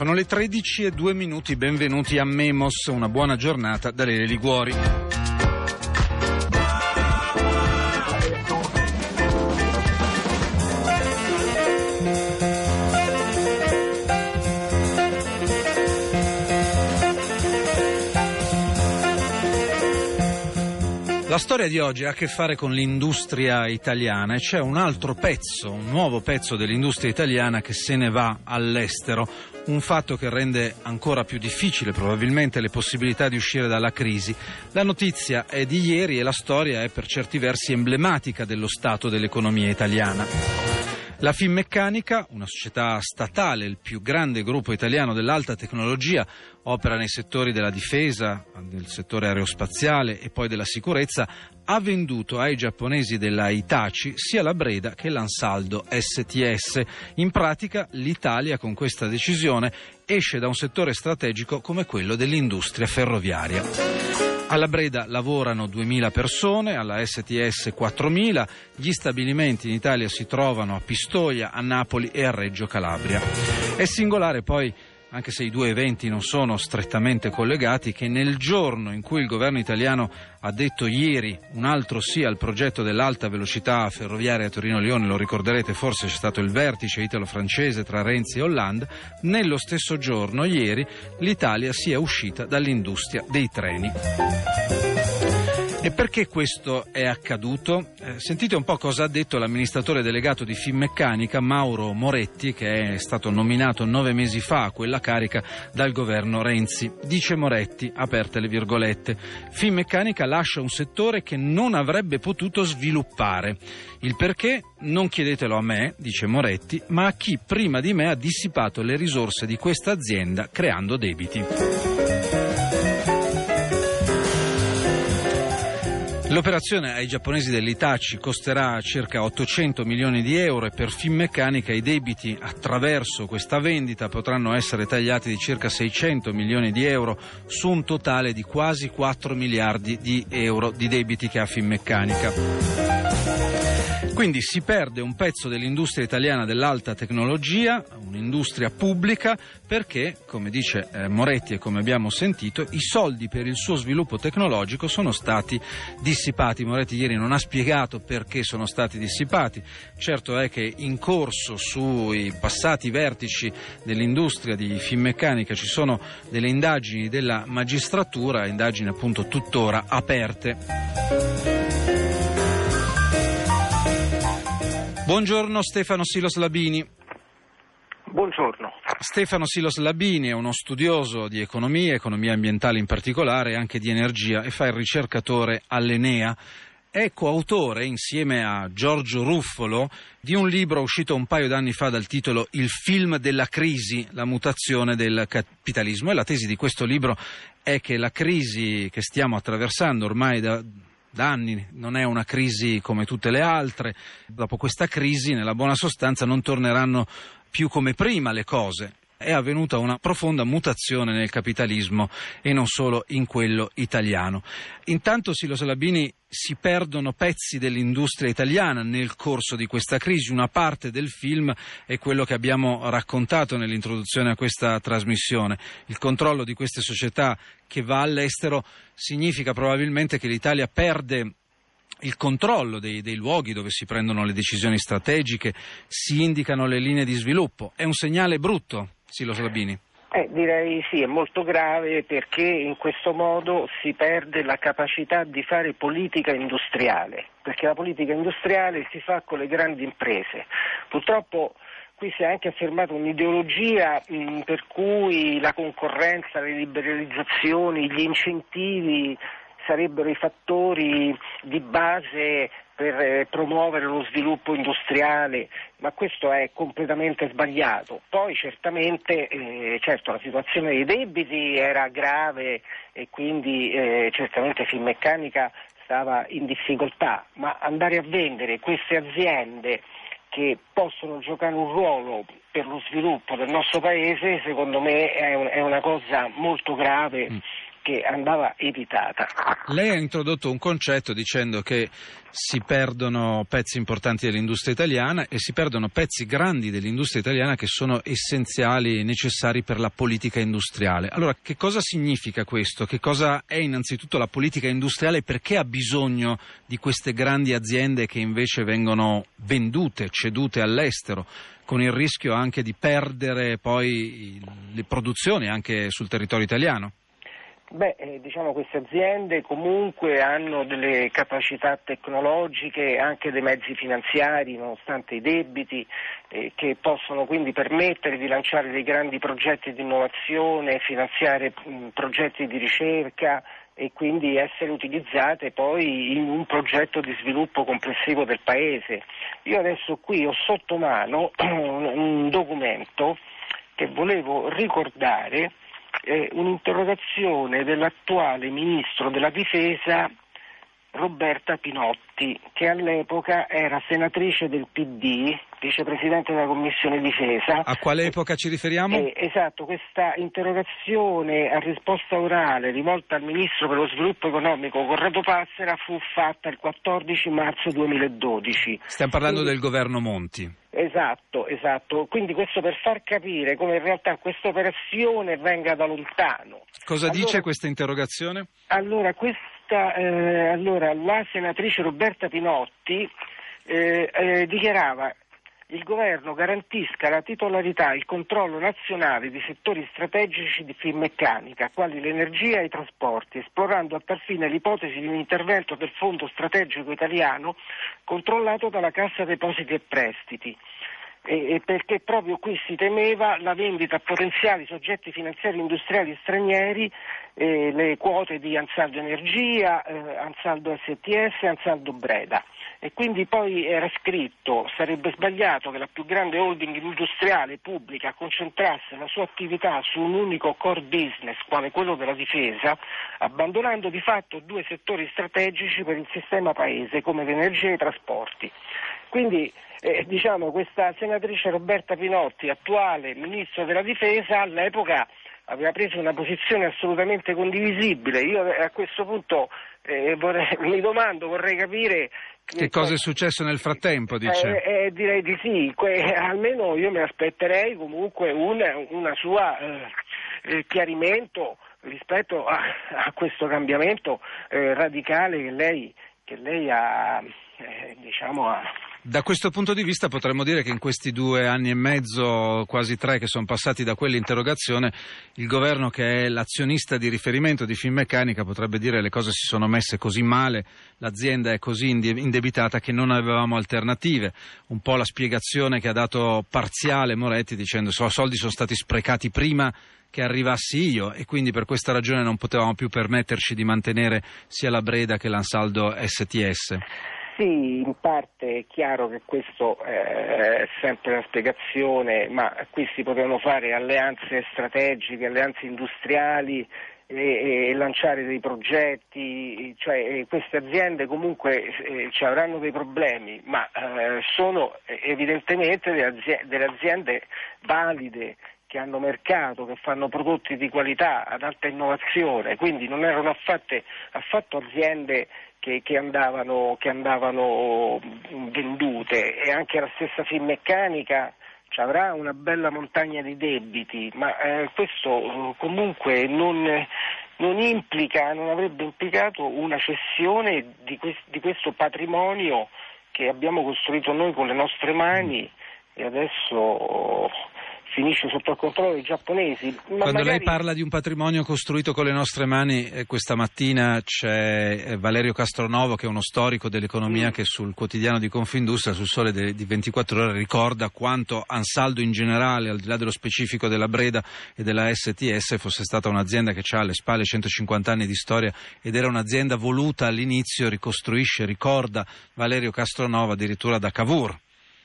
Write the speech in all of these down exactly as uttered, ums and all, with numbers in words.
Sono le tredici e due minuti, benvenuti a Memos, una buona giornata da Lele Liguori. La storia di oggi ha a che fare con l'industria italiana e c'è un altro pezzo, un nuovo pezzo dell'industria italiana che se ne va all'estero, un fatto che rende ancora più difficile probabilmente le possibilità di uscire dalla crisi. La notizia è di ieri e la storia è per certi versi emblematica dello stato dell'economia italiana. La Finmeccanica, una società statale, il più grande gruppo italiano dell'alta tecnologia, opera nei settori della difesa, nel settore aerospaziale e poi della sicurezza, ha venduto ai giapponesi della Hitachi sia la Breda che l'Ansaldo S T S. In pratica l'Italia con questa decisione esce da un settore strategico come quello dell'industria ferroviaria. Alla Breda lavorano duemila persone, alla S T S quattromila, gli stabilimenti in Italia si trovano a Pistoia, a Napoli e a Reggio Calabria. È singolare poi, anche se i due eventi non sono strettamente collegati, che nel giorno in cui il governo italiano ha detto ieri un altro sì al progetto dell'alta velocità ferroviaria Torino-Lione, lo ricorderete forse, c'è stato il vertice italo-francese tra Renzi e Hollande, nello stesso giorno, ieri, l'Italia sia uscita dall'industria dei treni. E perché questo è accaduto? Eh, sentite un po' cosa ha detto l'amministratore delegato di Finmeccanica, Mauro Moretti, che è stato nominato nove mesi fa a quella carica dal governo Renzi. Dice Moretti, aperte le virgolette, Finmeccanica lascia un settore che non avrebbe potuto sviluppare. Il perché non chiedetelo a me, dice Moretti, ma a chi prima di me ha dissipato le risorse di questa azienda creando debiti. L'operazione ai giapponesi dell'Hitachi costerà circa ottocento milioni di euro e per Finmeccanica i debiti attraverso questa vendita potranno essere tagliati di circa seicento milioni di euro su un totale di quasi quattro miliardi di euro di debiti che ha Finmeccanica. Quindi si perde un pezzo dell'industria italiana dell'alta tecnologia, un'industria pubblica, perché, come dice eh, Moretti e come abbiamo sentito, i soldi per il suo sviluppo tecnologico sono stati dissipati. Moretti ieri non ha spiegato perché sono stati dissipati. Certo è che in corso sui passati vertici dell'industria di Finmeccanica ci sono delle indagini della magistratura, indagini appunto tuttora aperte. Buongiorno Stefano Silos Labini. Buongiorno. Stefano Silos Labini è uno studioso di economia, economia ambientale in particolare e anche di energia e fa il ricercatore all'Enea. È coautore insieme a Giorgio Ruffolo di un libro uscito un paio d'anni fa dal titolo Il film della crisi, la mutazione del capitalismo, e la tesi di questo libro è che la crisi che stiamo attraversando ormai da Da anni non è una crisi come tutte le altre. Dopo questa crisi, nella buona sostanza, non torneranno più come prima le cose. È avvenuta una profonda mutazione nel capitalismo e non solo in quello italiano. Intanto, Silos Labini, si perdono pezzi dell'industria italiana nel corso di questa crisi. Una parte del film è quello che abbiamo raccontato nell'introduzione a questa trasmissione. Il controllo di queste società che va all'estero significa probabilmente che l'Italia perde il controllo dei, dei luoghi dove si prendono le decisioni strategiche, si indicano le linee di sviluppo. È un segnale brutto, Silos Labini? Eh, direi sì, è molto grave perché in questo modo si perde la capacità di fare politica industriale, perché la politica industriale si fa con le grandi imprese. Purtroppo qui si è anche affermata un'ideologia mh, per cui la concorrenza, le liberalizzazioni, gli incentivi sarebbero i fattori di base per eh, promuovere lo sviluppo industriale, ma questo è completamente sbagliato. Poi certamente eh, certo la situazione dei debiti era grave e quindi eh, certamente Finmeccanica stava in difficoltà, ma andare a vendere queste aziende che possono giocare un ruolo per lo sviluppo del nostro paese, secondo me è, un, è una cosa molto grave. Mm. che andava evitata. Lei ha introdotto un concetto dicendo che si perdono pezzi importanti dell'industria italiana e si perdono pezzi grandi dell'industria italiana che sono essenziali e necessari per la politica industriale. Allora, che cosa significa questo? Che cosa è innanzitutto la politica industriale e perché ha bisogno di queste grandi aziende che invece vengono vendute, cedute all'estero, con il rischio anche di perdere poi le produzioni anche sul territorio italiano? Beh, eh, diciamo queste aziende comunque hanno delle capacità tecnologiche, anche dei mezzi finanziari, nonostante i debiti, eh, che possono quindi permettere di lanciare dei grandi progetti di innovazione, finanziare mh, progetti di ricerca e quindi essere utilizzate poi in un progetto di sviluppo complessivo del Paese. Io adesso qui ho sotto mano un, un documento che volevo ricordare, eh, un'interrogazione dell'attuale Ministro della Difesa Roberta Pinotti, che all'epoca era senatrice del P D, vicepresidente della Commissione Difesa. A quale epoca ci riferiamo? Eh, esatto, questa interrogazione a risposta orale rivolta al Ministro per lo Sviluppo Economico Corrado Passera fu fatta il quattordici marzo duemiladodici. Stiamo parlando Quindi, del governo Monti. Esatto, esatto. Quindi questo per far capire come in realtà questa operazione venga da lontano. Cosa allora, dice questa interrogazione? Allora, questa, eh, allora la senatrice Roberta Pinotti eh, eh, dichiarava: il governo garantisca la titolarità e il controllo nazionale di settori strategici di Finmeccanica, quali l'energia e i trasporti, esplorando a tal fine l'ipotesi di un intervento del Fondo Strategico Italiano controllato dalla Cassa Depositi e Prestiti. E perché proprio qui si temeva la vendita a potenziali soggetti finanziari industriali stranieri, eh, le quote di Ansaldo Energia, eh, Ansaldo S T S e Ansaldo Breda. E quindi poi era scritto: sarebbe sbagliato che la più grande holding industriale pubblica concentrasse la sua attività su un unico core business, quale quello della difesa, abbandonando di fatto due settori strategici per il sistema paese, come l'energia e i trasporti. Quindi eh, diciamo questa senatrice Roberta Pinotti, attuale Ministro della Difesa, all'epoca aveva preso una posizione assolutamente condivisibile. Io a questo punto eh, vorrei, mi domando, vorrei capire che cosa è successo nel frattempo, dice? Eh, eh, direi di sì, que- almeno io mi aspetterei comunque un una sua eh, chiarimento rispetto a, a questo cambiamento eh, radicale che lei, che lei ha, eh, diciamo, ha. Da questo punto di vista potremmo dire che in questi due anni e mezzo, quasi tre, che sono passati da quell'interrogazione, il governo, che è l'azionista di riferimento di Finmeccanica, potrebbe dire: le cose si sono messe così male, l'azienda è così indebitata che non avevamo alternative. Un po' la spiegazione che ha dato parziale Moretti, dicendo: i soldi sono stati sprecati prima che arrivassi io e quindi per questa ragione non potevamo più permetterci di mantenere sia la Breda che l'Ansaldo S T S. Sì, in parte è chiaro che questo è sempre una spiegazione, ma qui si potevano fare alleanze strategiche, alleanze industriali e, e lanciare dei progetti, cioè queste aziende comunque eh, ci avranno dei problemi, ma eh, sono evidentemente delle aziende, delle aziende valide, che hanno mercato, che fanno prodotti di qualità ad alta innovazione, quindi non erano affatto, affatto aziende che, che, andavano, che andavano vendute, e anche la stessa Finmeccanica ci avrà una bella montagna di debiti, ma eh, questo comunque non, non implica, non avrebbe implicato una cessione di, quest, di questo patrimonio che abbiamo costruito noi con le nostre mani e adesso finisce sotto il controllo dei giapponesi. Ma Quando magari... lei parla di un patrimonio costruito con le nostre mani, eh, questa mattina c'è eh, Valerio Castronovo, che è uno storico dell'economia, mm. che sul quotidiano di Confindustria, sul Sole de, di ventiquattro ore, ricorda quanto Ansaldo in generale, al di là dello specifico della Breda e della S T S, fosse stata un'azienda che ha alle spalle centocinquanta anni di storia ed era un'azienda voluta all'inizio, ricostruisce, ricorda Valerio Castronovo addirittura da Cavour.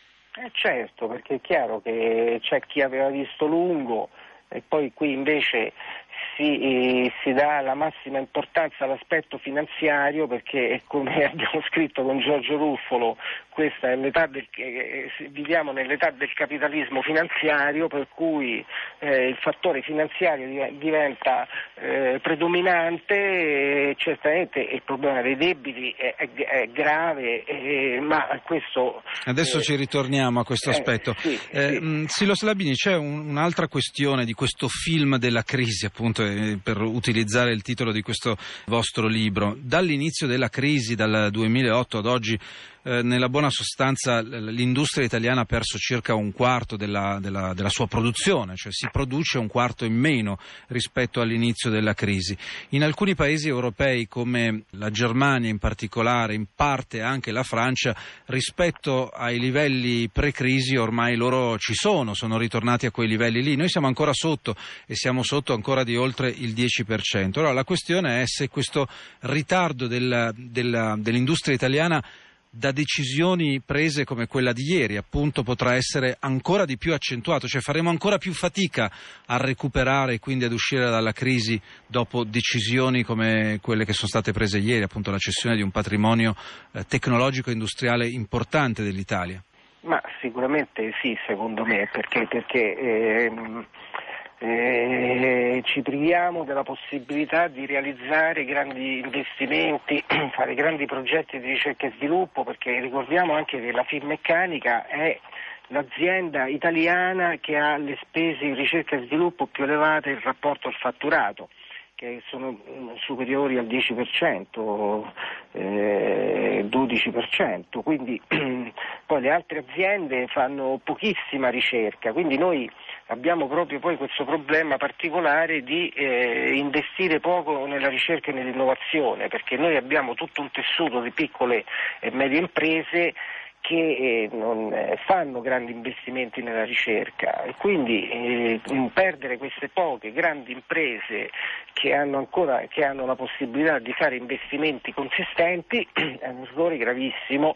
Eh certo, perché è chiaro che c'è chi aveva visto lungo e poi qui invece si, si dà la massima importanza all'aspetto finanziario, perché come abbiamo scritto con Giorgio Ruffolo, questa è l'età del, eh, viviamo nell'età del capitalismo finanziario, per cui eh, il fattore finanziario diventa eh, predominante, e certamente il problema dei debiti è, è, è grave, eh, ma questo... Adesso eh, ci ritorniamo a questo aspetto. Eh, sì, eh, sì. Silo Slabini, c'è un, un'altra questione di questo film della crisi, appunto, eh, per utilizzare il titolo di questo vostro libro. Dall'inizio della crisi, dal duemilaotto ad oggi, eh, nella buona sostanza l'industria italiana ha perso circa un quarto della, della, della sua produzione, cioè si produce un quarto in meno rispetto all'inizio della crisi. In alcuni paesi europei, come la Germania in particolare, in parte anche la Francia, rispetto ai livelli pre-crisi ormai loro ci sono, sono ritornati a quei livelli lì. Noi siamo ancora sotto e siamo sotto ancora di oltre il dieci per cento. Allora la questione è se questo ritardo della, della, dell'industria italiana da decisioni prese come quella di ieri, appunto, potrà essere ancora di più accentuato, cioè faremo ancora più fatica a recuperare e quindi ad uscire dalla crisi dopo decisioni come quelle che sono state prese ieri, appunto la cessione di un patrimonio eh, tecnologico e industriale importante dell'Italia. Ma sicuramente sì, secondo me, perché, perché ehm, eh, ci priviamo della possibilità di realizzare grandi investimenti, fare grandi progetti di ricerca e sviluppo, perché ricordiamo anche che la Finmeccanica è l'azienda italiana che ha le spese in ricerca e sviluppo più elevate in rapporto al fatturato, che sono superiori al dieci per cento, eh, dodici per cento, quindi poi le altre aziende fanno pochissima ricerca, quindi noi abbiamo proprio poi questo problema particolare di eh, investire poco nella ricerca e nell'innovazione, perché noi abbiamo tutto un tessuto di piccole e medie imprese che eh, non eh, fanno grandi investimenti nella ricerca, e quindi eh, perdere queste poche grandi imprese che hanno ancora che hanno la possibilità di fare investimenti consistenti è uno sgorre gravissimo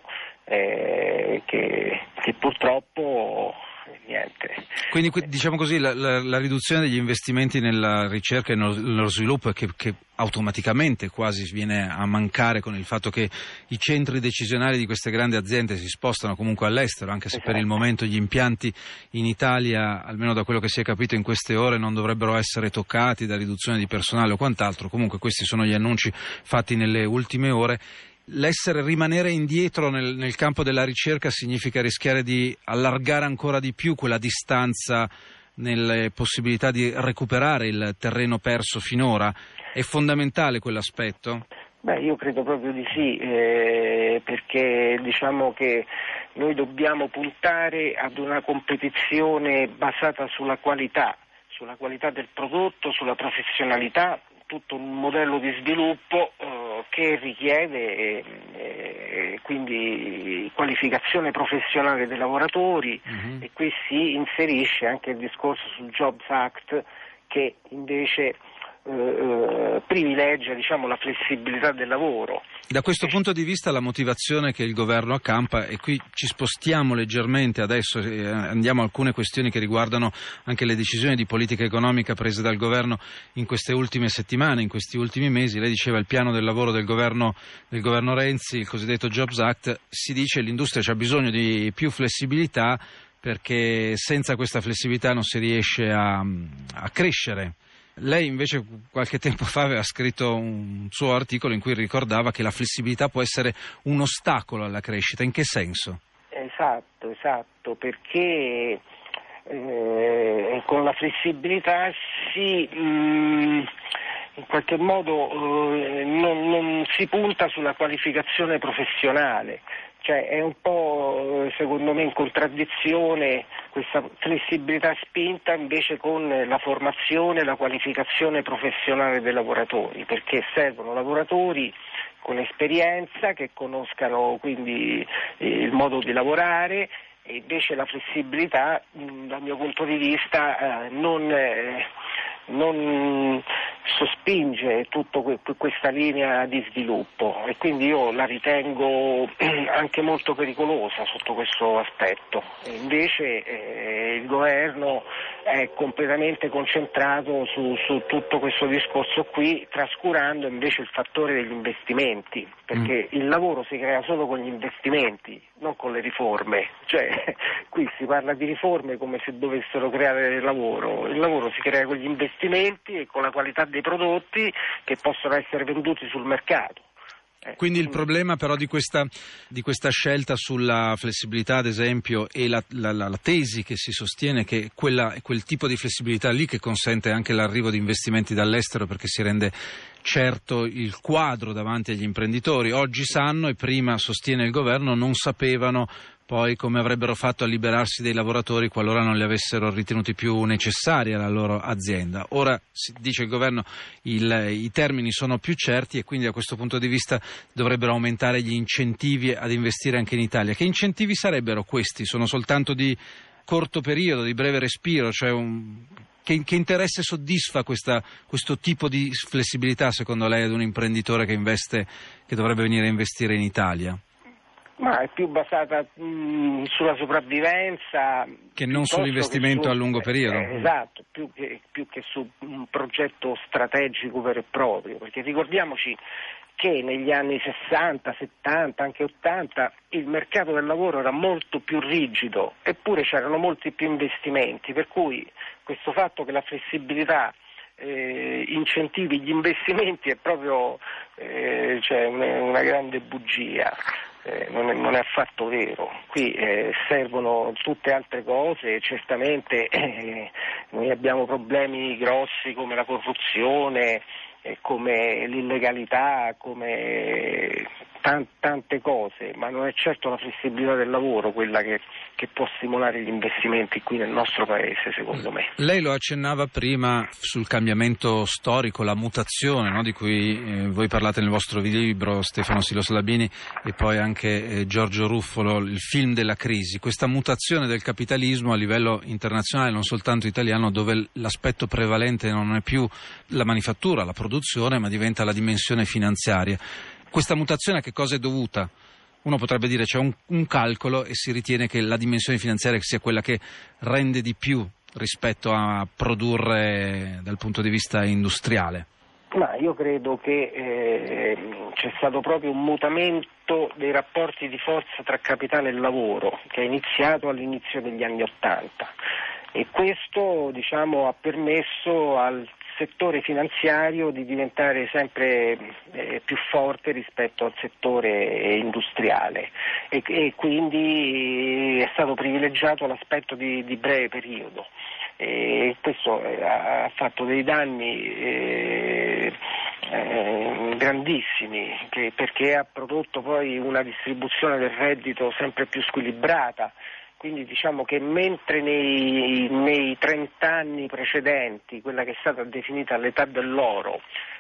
eh, che, che purtroppo niente. Quindi diciamo così la, la, la riduzione degli investimenti nella ricerca e nello, nello sviluppo è che, che automaticamente quasi viene a mancare con il fatto che i centri decisionali di queste grandi aziende si spostano comunque all'estero, anche se esatto. Per il momento gli impianti in Italia, almeno da quello che si è capito in queste ore, non dovrebbero essere toccati da riduzione di personale o quant'altro. Comunque questi sono gli annunci fatti nelle ultime ore. L'essere rimanere indietro nel, nel campo della ricerca significa rischiare di allargare ancora di più quella distanza nelle possibilità di recuperare il terreno perso finora? È fondamentale quell'aspetto? Beh, io credo proprio di sì, eh, perché diciamo che noi dobbiamo puntare ad una competizione basata sulla qualità, sulla qualità del prodotto, sulla professionalità, tutto un modello di sviluppo eh, che richiede eh, eh, quindi qualificazione professionale dei lavoratori, uh-huh. E qui si inserisce anche il discorso sul Jobs Act, che invece eh, privilegia diciamo, la flessibilità del lavoro. Da questo punto di vista la motivazione che il governo accampa, e qui ci spostiamo leggermente adesso, eh, andiamo a alcune questioni che riguardano anche le decisioni di politica economica prese dal governo in queste ultime settimane, in questi ultimi mesi. Lei diceva il piano del lavoro del governo, del governo Renzi, il cosiddetto Jobs Act. Si dice che l'industria ha bisogno di più flessibilità perché senza questa flessibilità non si riesce a, a crescere. Lei invece qualche tempo fa aveva scritto un suo articolo in cui ricordava che la flessibilità può essere un ostacolo alla crescita. In che senso? Esatto, esatto, perché eh, con la flessibilità si mh, in qualche modo eh, non, non si punta sulla qualificazione professionale. Cioè è un po' secondo me in contraddizione questa flessibilità spinta invece con la formazione e la qualificazione professionale dei lavoratori, perché servono lavoratori con esperienza che conoscano quindi il modo di lavorare, e invece la flessibilità dal mio punto di vista eh, non, eh, non sospinge tutta que- questa linea di sviluppo, e quindi io la ritengo anche molto pericolosa sotto questo aspetto. E invece eh, il governo è completamente concentrato su, su tutto questo discorso qui, trascurando invece il fattore degli investimenti, perché mm. il lavoro si crea solo con gli investimenti, non con le riforme. Cioè, qui si parla di riforme come se dovessero creare lavoro. Il lavoro si crea con gli investimenti e con la qualità dei prodotti che possono essere venduti sul mercato. Eh, quindi il problema però di questa, di questa scelta sulla flessibilità, ad esempio, e la, la, la tesi che si sostiene che quella, quel tipo di flessibilità lì che consente anche l'arrivo di investimenti dall'estero, perché si rende certo il quadro davanti agli imprenditori. Oggi sanno, e prima, sostiene il governo, non sapevano poi come avrebbero fatto a liberarsi dei lavoratori qualora non li avessero ritenuti più necessari alla loro azienda. Ora, dice il governo, il, i termini sono più certi e quindi da questo punto di vista dovrebbero aumentare gli incentivi ad investire anche in Italia. Che incentivi sarebbero questi? Sono soltanto di corto periodo, di breve respiro? Cioè un, che, che interesse soddisfa questa, questo tipo di flessibilità, secondo lei, ad un imprenditore che investe, che dovrebbe venire a investire in Italia? Ma è più basata mh, sulla sopravvivenza che non sull'investimento su, a lungo periodo. Eh, esatto, più che, più che su un progetto strategico vero e proprio, perché ricordiamoci che negli anni sessanta, settanta, anche ottanta il mercato del lavoro era molto più rigido, eppure c'erano molti più investimenti, per cui questo fatto che la flessibilità Eh, incentivi gli investimenti è proprio eh, cioè una, una grande bugia, eh, non, è, non è affatto vero. Qui eh, servono tutte altre cose, certamente eh, noi abbiamo problemi grossi come la corruzione, eh, come l'illegalità, come tan- tante cose, ma non è certo la flessibilità del lavoro quella che, che può stimolare gli investimenti qui nel nostro paese, secondo me. Lei lo accennava prima sul cambiamento storico, la mutazione, no, di cui eh, voi parlate nel vostro libro, Stefano Silos Labini, e poi anche eh, Giorgio Ruffolo, il film della crisi, questa mutazione del capitalismo a livello internazionale, non soltanto italiano, dove l'aspetto prevalente non è più la manifattura, la produzione, ma diventa la dimensione finanziaria. Questa mutazione a che cosa è dovuta? Uno potrebbe dire c'è un, un calcolo e si ritiene che la dimensione finanziaria sia quella che rende di più rispetto a produrre dal punto di vista industriale. Ma io credo che eh, c'è stato proprio un mutamento dei rapporti di forza tra capitale e lavoro che è iniziato all'inizio degli anni Ottanta, e questo, diciamo, ha permesso al settore finanziario di diventare sempre eh, più forte rispetto al settore industriale, e, e quindi è stato privilegiato l'aspetto di, di breve periodo. E questo ha fatto dei danni eh, eh, grandissimi, che, perché ha prodotto poi una distribuzione del reddito sempre più squilibrata. Quindi diciamo che mentre nei, nei trent'anni precedenti, quella che è stata definita l'età dell'oro,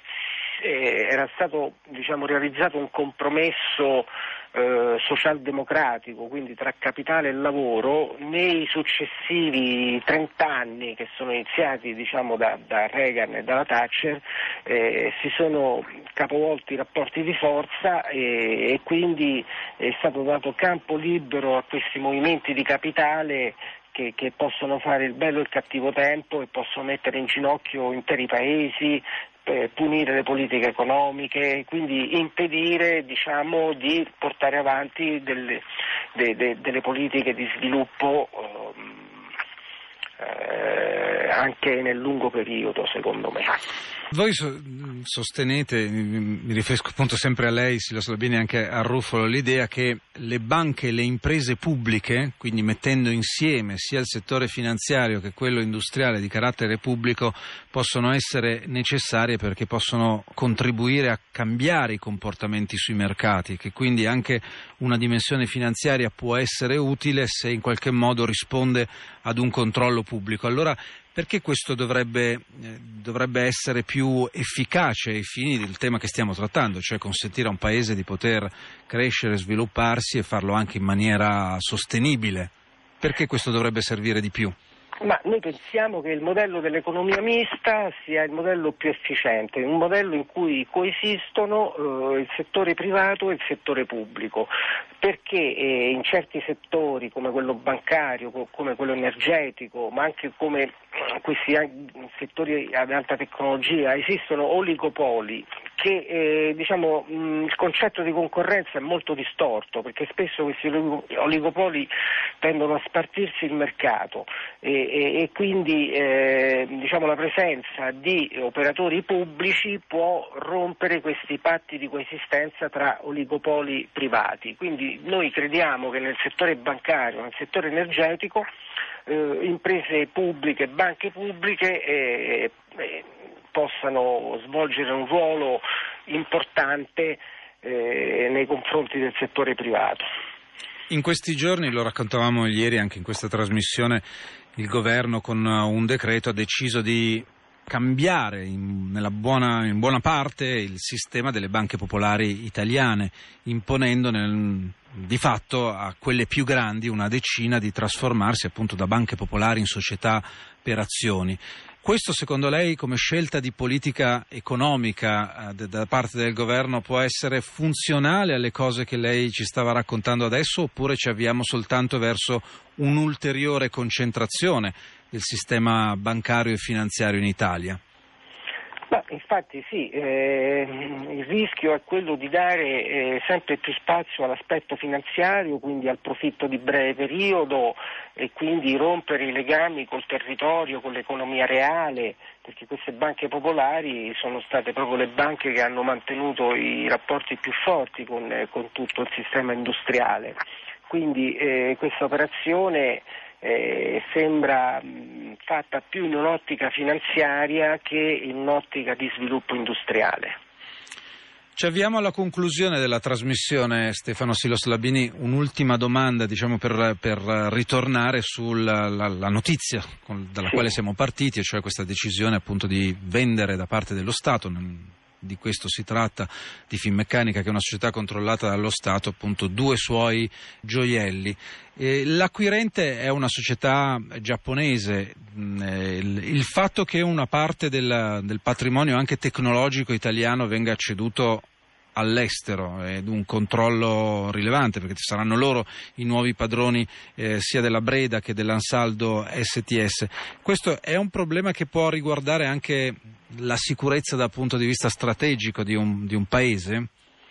eh, era stato, diciamo, realizzato un compromesso eh, socialdemocratico, quindi tra capitale e lavoro, nei successivi trent'anni che sono iniziati, diciamo, da, da Reagan e dalla Thatcher, eh, si sono capovolti i rapporti di forza e, e quindi è stato dato campo libero a questi movimenti di capitale che, che possono fare il bello e il cattivo tempo e possono mettere in ginocchio interi paesi, eh, punire le politiche economiche, quindi impedire, diciamo, di portare avanti delle, de, de, delle politiche di sviluppo eh, anche nel lungo periodo, secondo me. Voi so, sostenete, mi riferisco appunto sempre a lei, Silos Labini, anche a Ruffolo, l'idea che le banche e le imprese pubbliche, quindi mettendo insieme sia il settore finanziario che quello industriale di carattere pubblico, possono essere necessarie perché possono contribuire a cambiare i comportamenti sui mercati, che quindi anche una dimensione finanziaria può essere utile se in qualche modo risponde ad un controllo pubblico. Allora, perché questo dovrebbe, eh, dovrebbe essere più efficace ai fini del tema che stiamo trattando, cioè consentire a un paese di poter crescere, svilupparsi e farlo anche in maniera sostenibile? Perché questo dovrebbe servire di più? Ma noi pensiamo che il modello dell'economia mista sia il modello più efficiente, un modello in cui coesistono eh, il settore privato e il settore pubblico, perché eh, in certi settori come quello bancario, come quello energetico, ma anche come questi settori ad alta tecnologia, esistono oligopoli che eh, diciamo mh, il concetto di concorrenza è molto distorto, perché spesso questi oligopoli tendono a spartirsi il mercato e, e, e quindi eh, diciamo la presenza di operatori pubblici può rompere questi patti di coesistenza tra oligopoli privati. Quindi noi crediamo che nel settore bancario, nel settore energetico, eh, imprese pubbliche, banche pubbliche eh, eh, possano svolgere un ruolo importante eh, nei confronti del settore privato. In questi giorni, lo raccontavamo ieri anche in questa trasmissione, il governo con un decreto ha deciso di cambiare in, nella buona, in buona parte il sistema delle banche popolari italiane, imponendo nel, di fatto a quelle più grandi, una decina, di trasformarsi appunto da banche popolari in società per azioni. Questo secondo lei, come scelta di politica economica eh, da parte del governo, può essere funzionale alle cose che lei ci stava raccontando adesso, oppure ci avviamo soltanto verso un'ulteriore concentrazione del sistema bancario e finanziario in Italia? Ma infatti sì, eh, il rischio è quello di dare eh, sempre più spazio all'aspetto finanziario, quindi al profitto di breve periodo, e quindi rompere i legami col territorio, con l'economia reale, perché queste banche popolari sono state proprio le banche che hanno mantenuto i rapporti più forti con, con tutto il sistema industriale. Quindi eh, questa operazione Eh, sembra mh, fatta più in un'ottica finanziaria che in un'ottica di sviluppo industriale. Ci avviamo alla conclusione della trasmissione, Stefano Silos Labini. Un'ultima domanda, diciamo, per, per ritornare sulla la, la notizia con, dalla sì. quale siamo partiti, e cioè questa decisione appunto di vendere da parte dello Stato. Di questo si tratta, di Finmeccanica, che è una società controllata dallo Stato, appunto due suoi gioielli. Eh, l'acquirente è una società giapponese. Eh, il, il fatto che una parte del, del patrimonio anche tecnologico italiano venga ceduto all'estero ed un controllo rilevante, perché saranno loro i nuovi padroni eh, sia della Breda che dell'Ansaldo S T S. Questo è un problema che può riguardare anche la sicurezza dal punto di vista strategico di un, di un paese?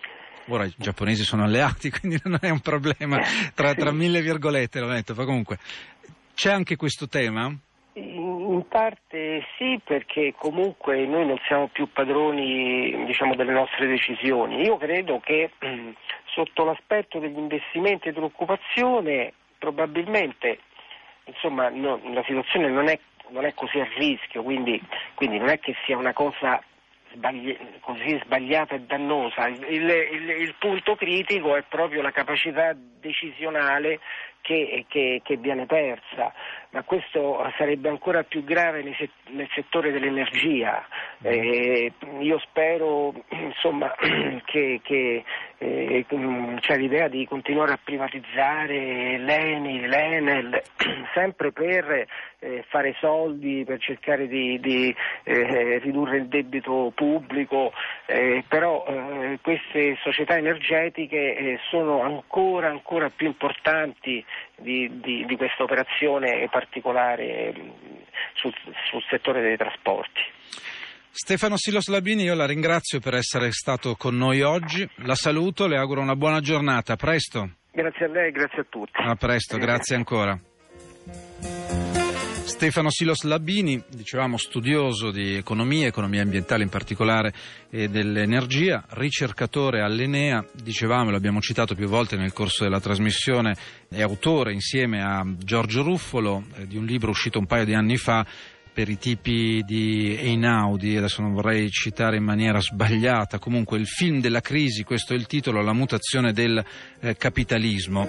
Ora i giapponesi sono alleati, quindi non è un problema tra, tra mille virgolette, lo metto, ma comunque c'è anche questo tema? In parte sì, perché comunque noi non siamo più padroni, diciamo, delle nostre decisioni. Io credo che mh, sotto l'aspetto degli investimenti e dell'occupazione probabilmente, insomma, no, la situazione non è, non è così a rischio, quindi, quindi non è che sia una cosa sbagli- così sbagliata e dannosa. Il, il, il punto critico è proprio la capacità decisionale che, che, che viene persa, ma questo sarebbe ancora più grave nel, nel settore dell'energia. Eh, io spero, insomma, che, che eh, c'è l'idea di continuare a privatizzare l'Eni, l'Enel, sempre per eh, fare soldi, per cercare di, di eh, ridurre il debito pubblico, eh, però eh, queste società energetiche eh, sono ancora, ancora più importanti Di, di, di questa operazione particolare sul, sul settore dei trasporti. Stefano Silos Labini, io la ringrazio per essere stato con noi oggi, la saluto, le auguro una buona giornata, a presto. Grazie a lei, grazie a tutti. A presto, grazie ancora. Stefano Silos Labini, dicevamo, studioso di economia, economia ambientale in particolare e dell'energia, ricercatore all'Enea, dicevamo, l'abbiamo citato più volte nel corso della trasmissione, è autore insieme a Giorgio Ruffolo eh, di un libro uscito un paio di anni fa per i tipi di Einaudi, adesso non vorrei citare in maniera sbagliata, comunque il film della crisi, questo è il titolo, la mutazione del eh, capitalismo.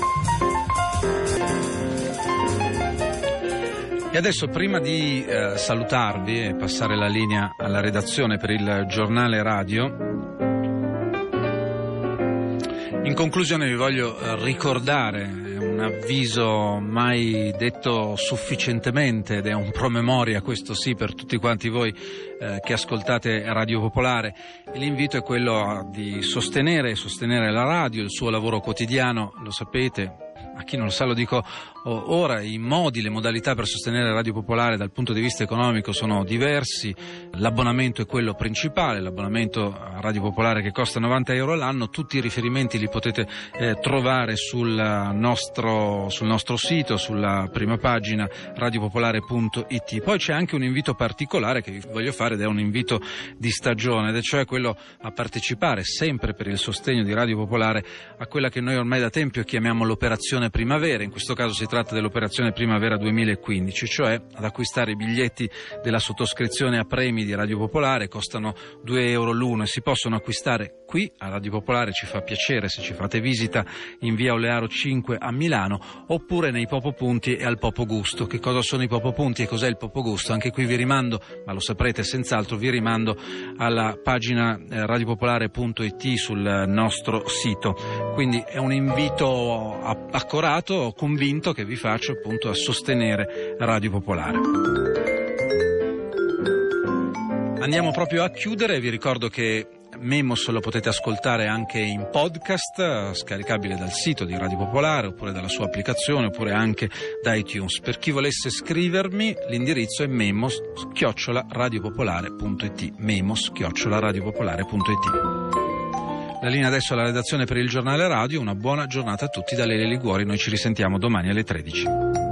E adesso, prima di eh, salutarvi e passare la linea alla redazione per il giornale radio, in conclusione vi voglio ricordare un un avviso mai detto sufficientemente, ed è un promemoria, questo sì, per tutti quanti voi eh, che ascoltate Radio Popolare. E l'invito è quello di sostenere, sostenere la radio, il suo lavoro quotidiano, lo sapete. A chi non lo sa lo dico ora, i modi, le modalità per sostenere Radio Popolare dal punto di vista economico sono diversi. L'abbonamento è quello principale, l'abbonamento a Radio Popolare che costa novanta euro all'anno. Tutti i riferimenti li potete eh, trovare sul nostro, sul nostro sito, sulla prima pagina radiopopolare punto it. Poi c'è anche un invito particolare che vi voglio fare, ed è un invito di stagione, ed è cioè quello a partecipare, sempre per il sostegno di Radio Popolare, a quella che noi ormai da tempo chiamiamo l'operazione Primavera. In questo caso si tratta dell'operazione Primavera duemilaquindici, cioè ad acquistare i biglietti della sottoscrizione a premi di Radio Popolare. Costano due euro l'uno e si possono acquistare qui a Radio Popolare. Ci fa piacere se ci fate visita in via Olearo cinque a Milano, oppure nei Popopunti e al Popogusto. Che cosa sono i Popopunti e cos'è il Popogusto? Anche qui vi rimando, ma lo saprete senz'altro, vi rimando alla pagina eh, radiopopolare punto it sul nostro sito. Quindi è un invito a accorato, convinto, che vi faccio appunto a sostenere Radio Popolare. Andiamo proprio a chiudere. Vi ricordo che Memos lo potete ascoltare anche in podcast, scaricabile dal sito di Radio Popolare oppure dalla sua applicazione, oppure anche da iTunes. Per chi volesse scrivermi, l'indirizzo è memos chiocciola radiopopolare punto it. memos chiocciola radiopopolare punto it. La linea adesso alla redazione per il giornale radio. Una buona giornata a tutti da Lele Liguori. Noi ci risentiamo domani alle tredici.